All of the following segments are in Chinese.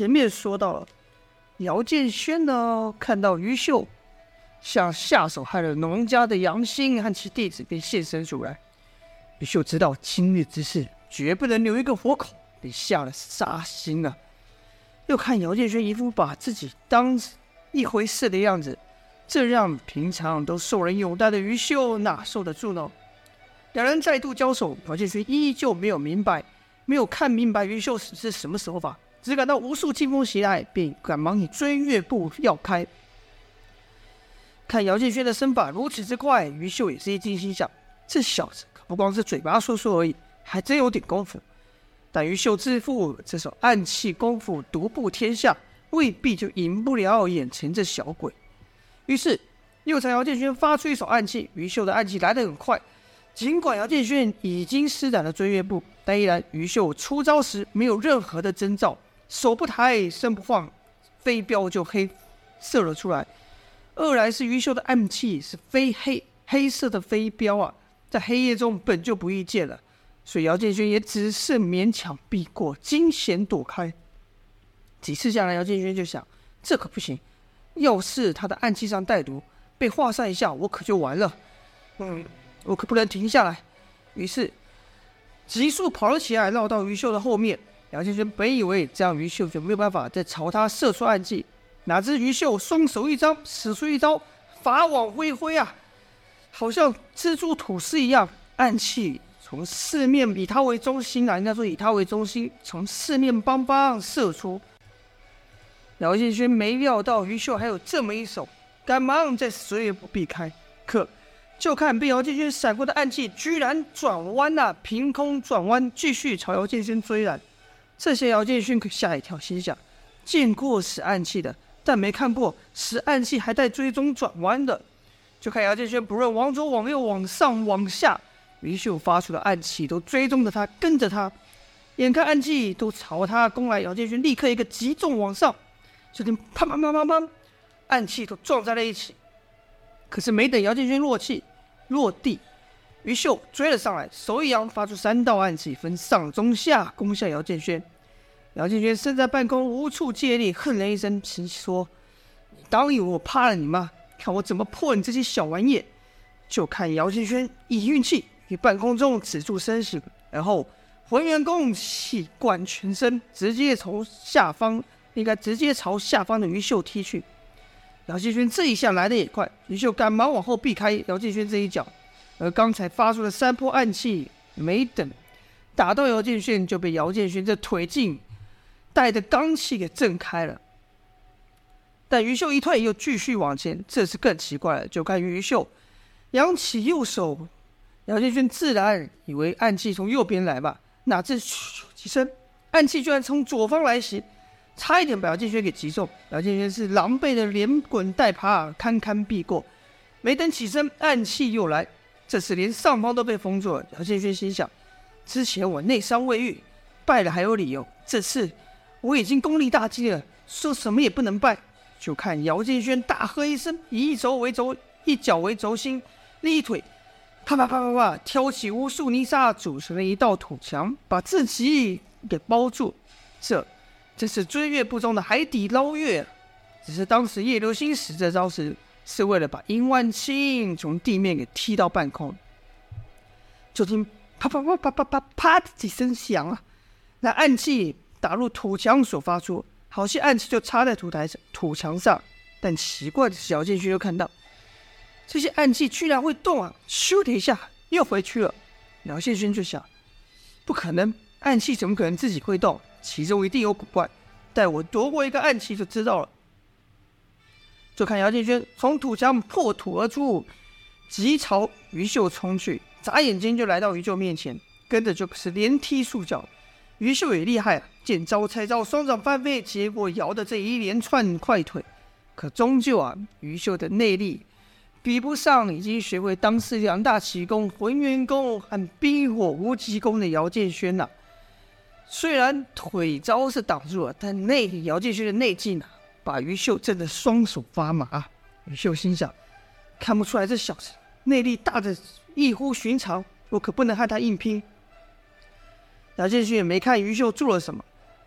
前面说到了，姚建轩呢看到于秀向下手害了农家的杨兴和其弟子，便现身出来。于秀知道今日之事绝不能留一个活口，便下了杀心了。又看姚建轩一副把自己当一回事的样子，这让平常都受人拥戴的于秀哪受得住呢？两人再度交手，姚建轩依旧没有看明白于秀是什么手法，只感到无数劲风袭来，便赶忙以追月步要开。看姚建轩的身法如此之快，于秀也是一惊，心想：这小子可不光是嘴巴说说而已，还真有点功夫。但于秀自负这手暗器功夫独步天下，未必就赢不了眼前这小鬼。于是又朝姚建轩发出一手暗器，于秀的暗器来得很快。尽管姚建轩已经施展了追月步，但依然于秀出招时没有任何的征兆，手不抬身不晃，飞镖就射了出来。二来是于秀的暗器是黑色的飞镖啊，在黑夜中本就不易见了，所以姚建轩也只是勉强避过，惊险躲开。几次下来，姚建轩就想，这可不行，要是他的暗器上带毒，被划伤一下，我可就完了。我可不能停下来。于是急速跑了起来，绕到于秀的后面。姚建轩本以为这样于秀就没有办法再朝他射出暗器，哪知于秀双手一张，使出一招法网恢恢啊，好像蜘蛛吐丝一样，暗器从四面以他为中心啊，应该说以他为中心，从四面帮帮射出。姚建轩没料到于秀还有这么一手，赶忙在随月步避开。可就看被姚建轩闪过的暗器居然转弯啊，凭空转弯，继续朝姚建轩追来。这些姚建轩可吓一跳，心想：见过使暗器的，但没看过使暗器还带追踪转弯的。就看姚建轩不论往左往右往上往下，于秀发出的暗器都追踪着他，跟着他。眼看暗器都朝他攻来，姚建轩立刻一个急重往上，就听啪啪啪啪啪，暗器都撞在了一起。可是没等姚建轩落地，于秀追了上来，手一扬，发出3道暗器，分上中下攻向姚建轩。姚建轩身在半空，无处借力，恨了一声，心说：你当以为我怕了你吗？看我怎么破你这些小玩意！就看姚建轩以运气于半空中止住身形，然后浑元功气贯全身，直接朝下方的于秀踢去。姚建轩这一下来得也快，于秀赶忙往后避开姚建轩这一脚，而刚才发出的3波暗器没等打到姚建轩，就被姚建轩这腿劲带的罡气给震开了。但于秀一退又继续往前，这次更奇怪了，就看于秀扬起右手，姚建轩自然以为暗器从右边来吧，哪知咻几声，暗器居然从左方来袭，差一点把姚建轩给击中。姚建轩是狼狈的连滚带爬，堪堪避过。没等起身，暗器又来，这次连上方都被封住了。姚建轩心想：之前我内伤未愈，败了还有理由，这次我已经功力大进了，说什么也不能败。就看姚建轩大喝一声，以一脚为轴心，另一腿啪啪啪啪啪挑起无数泥沙，组成了一道土墙，把自己给包住。这是追月步中的海底捞月，只是当时叶流星使这招时，是为了把殷万清从地面给踢到半空。就听啪啪啪啪啪啪啪的几声响啊，那暗器打入土墙所发出，好些暗器就插在土墙上。但奇怪的是，姚建轩又看到这些暗器居然会动啊，咻的一下又回去了。姚建轩就想：不可能，暗器怎么可能自己会动？其中一定有古怪，待我夺过一个暗器就知道了。就看姚建轩从土墙破土而出，急朝于秀冲去，眨眼间就来到于秀面前，跟着就是连踢数脚。于秀也厉害啊，见招拆招，双掌翻飞，结果姚的这一连串快腿，可终究啊，于秀的内力比不上已经学会当世2大奇功浑元功和冰火无极功的姚建轩呐。虽然腿招是挡住了，但姚建轩的内劲把于秀震得双手发麻。于秀心想：看不出来这小子内力大得异乎寻常，我可不能和他硬拼。姚建轩也没看于秀做了什么，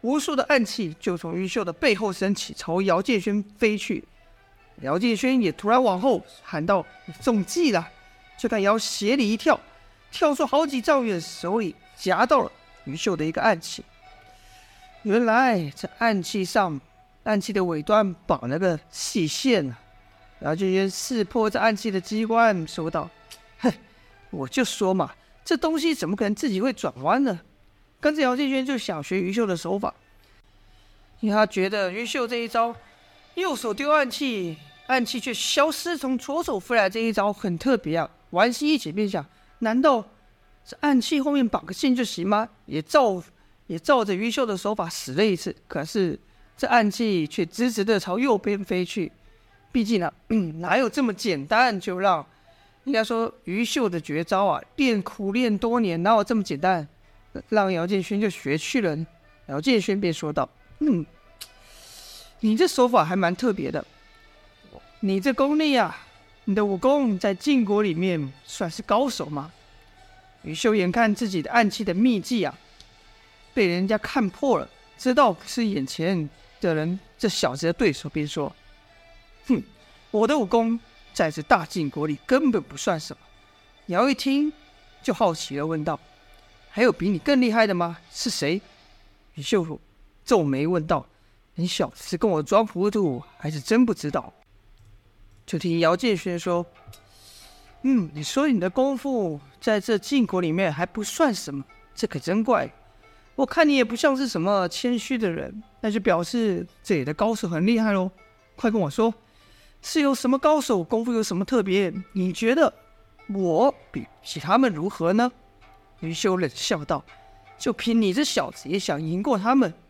无数的暗器就从于秀的背后升起，朝姚建轩飞去。姚建轩也突然往后喊道：“你中计了！”就看姚斜里一跳，跳出好几丈远，手里夹到了于秀的一个暗器。原来这暗器的尾端绑了个细线啊！姚建轩识破这暗器的机关，说道：“哼，我就说嘛，这东西怎么可能自己会转弯呢？”跟着姚建轩就想学于秀的手法，因为他觉得于秀这一招右手丢暗器，暗器却消失，从左手飞来这一招很特别啊！玩心一起便想，难道这暗器后面绑个线就行吗？也照着于秀的手法使了一次，可是这暗器却直直的朝右边飞去。毕竟啊，哪有这么简单就让应该说于秀的绝招啊，苦练多年，哪有这么简单让姚建轩就学去了呢？姚建轩便说道：“你这手法还蛮特别的，你这功力啊，你的武功在晋国里面算是高手吗？”于秀眼看自己的暗器的秘技啊，被人家看破了，知道不是眼前的人这小子的对手，便说：“我的武功在这大晋国里根本不算什么。”姚一听就好奇了，问道：“还有比你更厉害的吗？是谁？”于秀皱眉问道：“你小子是跟我装糊涂，还是真不知道？”就听姚建轩说：“你说你的功夫在这晋国里面还不算什么，这可真怪。我看你也不像是什么谦虚的人，那就表示这里的高手很厉害咯。快跟我说，是有什么高手，功夫有什么特别？你觉得我比起他们如何呢？”于秀冷笑道：“就凭你这小子也想赢过他们？”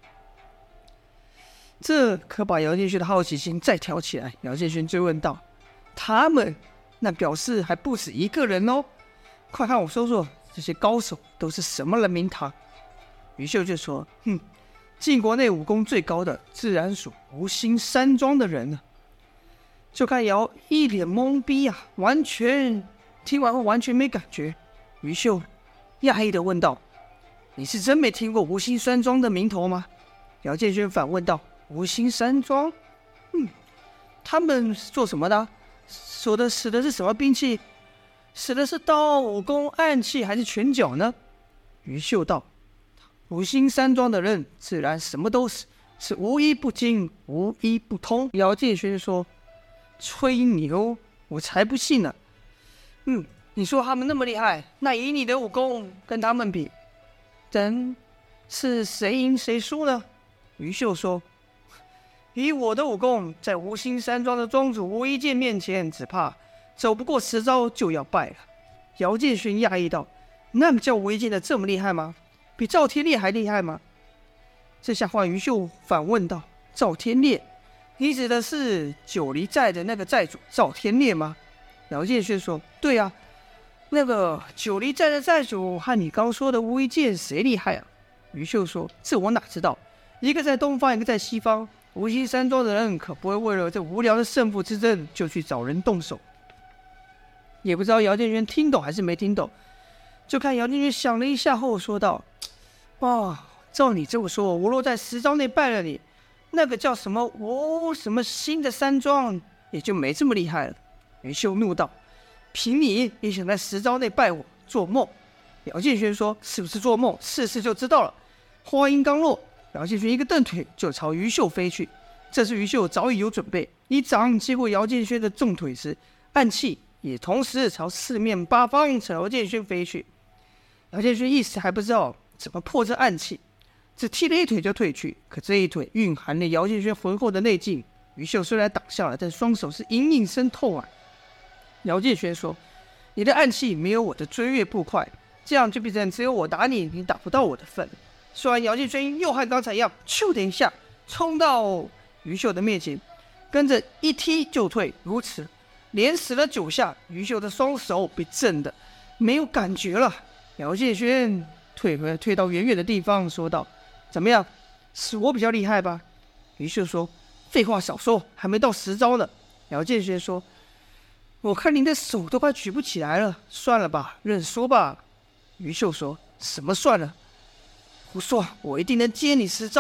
这可把姚建轩的好奇心再挑起来。姚建轩追问道：“他们那表示还不止一个人哦，快看我说说这些高手都是什么人名堂？”于秀就说：“晋国内武功最高的自然属无心山庄的人了。”就看姚一脸懵逼啊，听完后完全没感觉。于秀讶异的问道：“你是真没听过无心山庄的名头吗？”姚建轩反问道：“无心山庄？他们是做什么的？使的是什么兵器？使的是刀、武功、暗器还是拳脚呢？”于秀道：“无心山庄的人自然什么都是无一不精，无一不通。”姚建轩说：“吹牛，我才不信呢。你说他们那么厉害，那以你的武功跟他们比，真是谁赢谁输呢？”于秀说：“以我的武功，在无心山庄的庄主吴一剑面前，只怕走不过10招就要败了。”姚建勋讶异道：“那么叫吴一剑的这么厉害吗？比赵天烈还厉害吗？”这下话于秀反问道：“赵天烈，你指的是九黎寨的那个寨主赵天烈吗？”姚建勋说：“对啊，那个九黎寨的寨主和你刚说的吴一剑谁厉害啊？”于秀说：“这我哪知道，一个在东方，一个在西方。无心山庄的人可不会为了这无聊的胜负之争就去找人动手。”也不知道姚建轩听懂还是没听懂，就看姚建轩想了一下后说道：“照你这么说，我若在10招内败了你，那个叫什么什么新的山庄也就没这么厉害了。”于秀怒道：“凭你也想在10招内败我，做梦！”姚建轩说：“是不是做梦？试试就知道了。”话音刚落，姚建轩一个蹬腿就朝于秀飞去。这时于秀早已有准备，一掌接过姚建轩的重腿时，暗器也同时朝四面八方朝姚建轩飞去。姚建轩一时还不知道怎么破这暗器，只踢了一腿就退去。可这一腿蕴含了姚建轩浑厚的内劲，于秀虽然挡下了，但双手是隐隐生痛啊。姚建轩说：“你的暗器没有我的追月步快，这样就变成只有我打你，你打不到我的份。”说完，姚建轩又和刚才一样，咻的一下冲到于秀的面前，跟着一踢就退。如此连使了9下，于秀的双手被震得没有感觉了。姚建轩退到远远的地方，说道：“怎么样，是我比较厉害吧？”于秀说：“废话少说，还没到10招呢。”姚建轩说：“我看您的手都快举不起来了，算了吧，认输吧。”于秀说：“什么算了？胡说，我一定能接你10招。”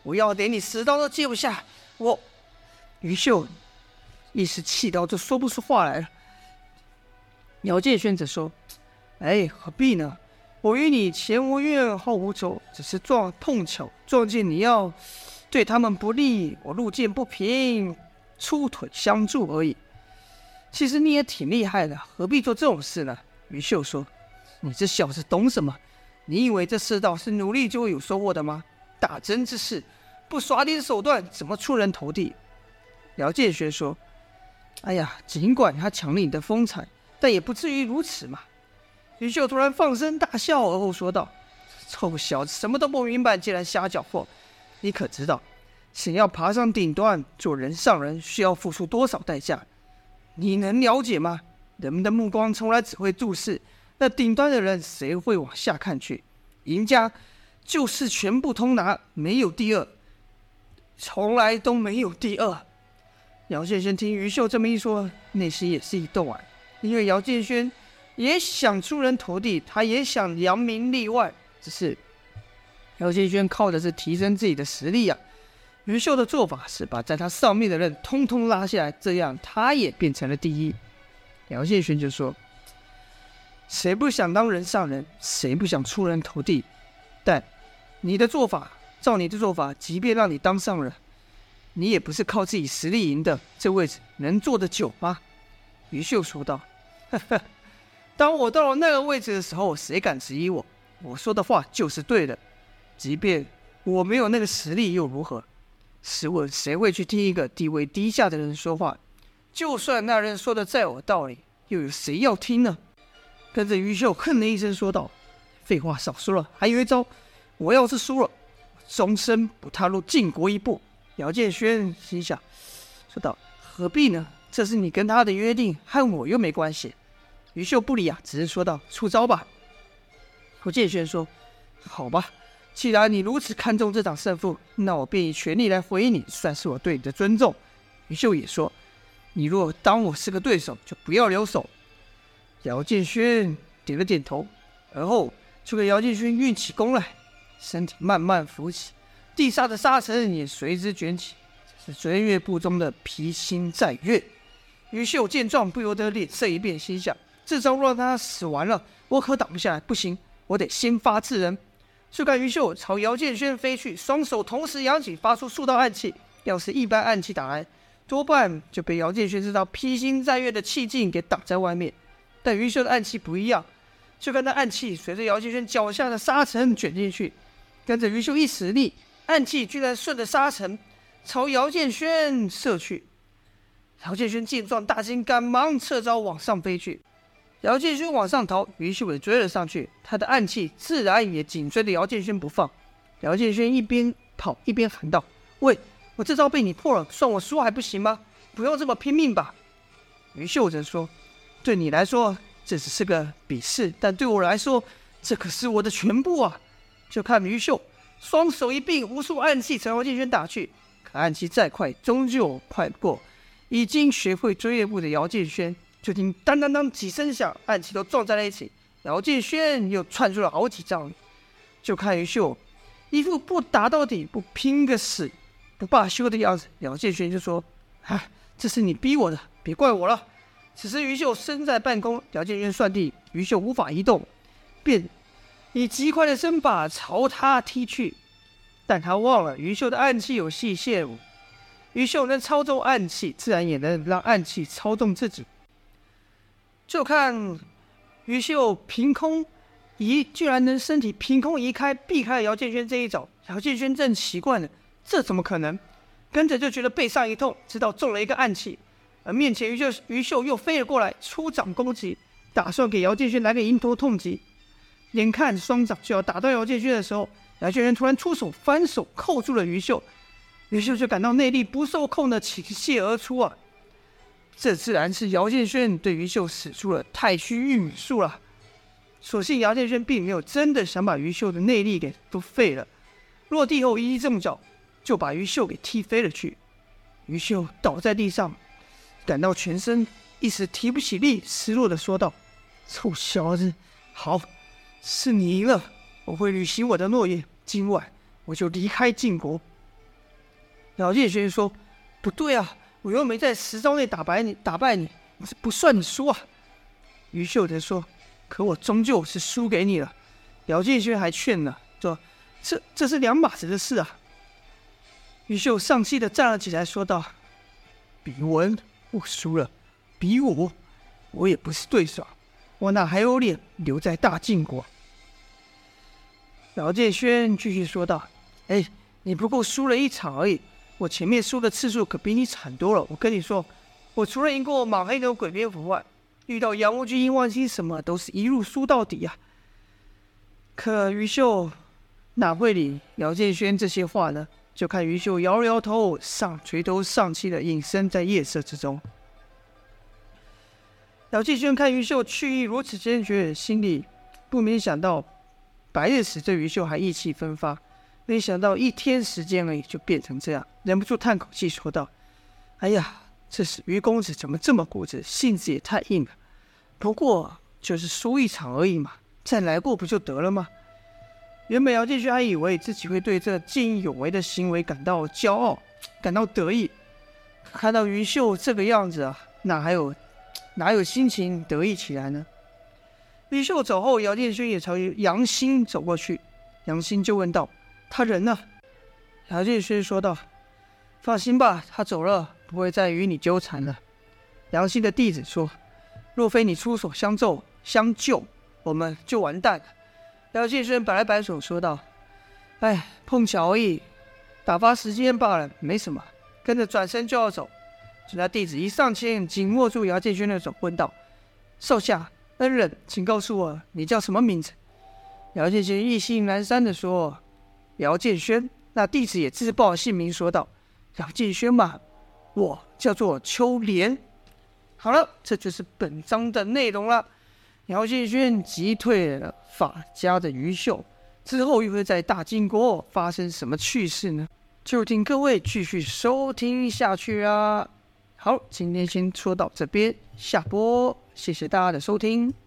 我要连你10刀都接不下。我……”于秀一时气到就说不出话来了。姚建轩则说：“哎，何必呢？我与你前无怨后无仇，只是碰巧撞见你要对他们不利，我路见不平，出腿相助而已。其实你也挺厉害的，何必做这种事呢？”于秀说：“你这小子懂什么？你以为这世道是努力就会有收获的吗？打针之事，不耍点手段，怎么出人头地？”姚建轩说：“哎呀，尽管他抢了你的风采，但也不至于如此嘛。”于秀突然放声大笑，而后说道：“臭小子，什么都不明白，竟然瞎搅和！你可知道，想要爬上顶端，做人上人，需要付出多少代价？你能了解吗？人们的目光从来只会注视那顶端的人，谁会往下看去？赢家就是全部通拿，没有第二，从来都没有第二。”姚建轩听于秀这么一说，内心也是一动啊，因为姚建轩也想出人头地，他也想扬名立万，只是姚建轩靠的是提升自己的实力啊。于秀的做法是把在他上面的人通通拉下来，这样他也变成了第一。姚建轩就说：“谁不想当人上人，谁不想出人头地？但你的做法，照你的做法，即便让你当上人，你也不是靠自己实力赢的，这位置能坐得久吗？”于秀说道：“呵呵，当我到了那个位置的时候，谁敢质疑我？我说的话就是对的，即便我没有那个实力又如何？试问谁会去听一个地位低下的人说话？就算那人说的再有道理，又有谁要听呢？”跟着于秀哼了一声说道：“废话少说了，还有一招，我要是输了，终身不踏入晋国一步。”姚建轩心想说道：“何必呢？这是你跟他的约定，和我又没关系。”于秀不理啊，只是说道：“出招吧。”姚建轩说：“好吧，既然你如此看重这场胜负，那我便以全力来回应你，算是我对你的尊重。”于秀也说：“你若当我是个对手，就不要留手。”姚建轩点了点头，而后就给姚建轩运起功来，身体慢慢浮起，地上的沙尘也随之卷起，这是追月步中的披星戴月。于秀见状，不由得脸色一变，心想：这招让他死完了，我可挡不下来，不行，我得先发制人。就看于秀朝姚建轩飞去，双手同时扬起，发出数道暗器。要是一般暗器打来，多半就被姚建轩这道披星戴月的气劲给挡在外面。但于秀的暗器不一样，就看那暗器随着姚建轩脚下的沙尘卷进去，跟着于秀一使力，暗器居然顺着沙尘朝姚建轩射去。姚建轩见状大惊，赶忙撤招往上飞去。姚建轩往上逃，于秀也追了上去，他的暗器自然也紧追着姚建轩不放。姚建轩一边跑一边喊道：“喂，我这招被你破了，算我输还不行吗？不用这么拼命吧？”于秀则说：“对你来说这只是个比试，但对我来说这可是我的全部啊！”就看于秀双手一并，无数暗器朝姚建轩打去。可暗器再快，终究快不过已经学会追月步的姚建轩。就听当当当几声响，暗器都撞在了一起，姚建轩又窜出了好几丈。就看于秀一副不打到底，不拼个死不罢休的样子。姚建轩就说：“哎，这是你逼我的，别怪我了。”此时于秀身在半空，姚建轩算定于秀无法移动，便以极快的身法朝他踢去。但他忘了于秀的暗器有细线，于秀能操纵暗器，自然也能让暗器操纵自己。就看于秀居然能身体凭空移开，避开了姚建轩这一招。姚建轩正奇怪了，这怎么可能？跟着就觉得背上一痛，知道中了一个暗器。而面前于秀又飞了过来，出掌攻击，打算给姚建轩来个迎头痛击。眼看双掌就要打到姚建轩的时候，姚建轩突然出手，反手扣住了于秀。于秀就感到内力不受控的倾泻而出啊！这自然是姚建轩对于秀使出了太虚玉米术了。所幸姚建轩并没有真的想把于秀的内力给都废了，落地后一记重脚就把于秀给踢飞了去。于秀倒在地上，感到全身一时提不起力，失落的说道：“臭小子，好，是你赢了，我会履行我的诺言，今晚我就离开晋国。” 姚建轩说：“不对啊，我又没在10招内打败你，我是不算你输啊。”于秀则说：“可我终究是输给你了。”姚建轩还劝了，说：“这是两码子的事啊。”于秀丧气的站了起来，说道：“比文，我输了；比我也不是对手，我哪还有脸留在大晋国？”姚建轩继续说道：“你不过输了1场而已，我前面输的次数可比你惨多了。我跟你说，我除了赢过莽黑牛、鬼蝙蝠外，遇到杨无惧、殷万星什么，都是一路输到底啊。”可于秀哪会理姚建轩这些话呢？就看于秀摇了摇头，垂头丧气的隐身在夜色之中。姚建轩看于秀去意如此坚决，心里不免想到白日时对于秀还意气风发，没想到1天时间而已就变成这样，忍不住叹口气说道：“哎呀，这是于公子怎么这么固执，性子也太硬了。不过就是输1场而已嘛，再来过不就得了吗？”原本姚建轩还以为自己会对这见义勇为的行为感到骄傲，感到得意，看到于秀这个样子啊，哪有心情得意起来呢？于秀走后，姚建轩也朝杨兴走过去，杨兴就问道：“他人呢？”姚建轩说道：“放心吧，他走了，不会再与你纠缠了。”杨兴的弟子说：“若非你出手相救，我们就完蛋了。”姚建轩摆了摆手说道：“碰巧而已，打发时间罢了，没什么。”跟着转身就要走，只那弟子一上前，紧握住姚建轩的手，问道：“少下，恩人，请告诉我，你叫什么名字？”姚建轩意兴阑珊地说：“姚建轩。”那弟子也自报姓名，说道：“姚建轩嘛，我叫做秋莲。”好了，这就是本章的内容了。姚建轩击退了法家的于秀，之后又会在大晋国发生什么趣事呢？就请各位继续收听下去啊！好，今天先说到这边，下播，谢谢大家的收听。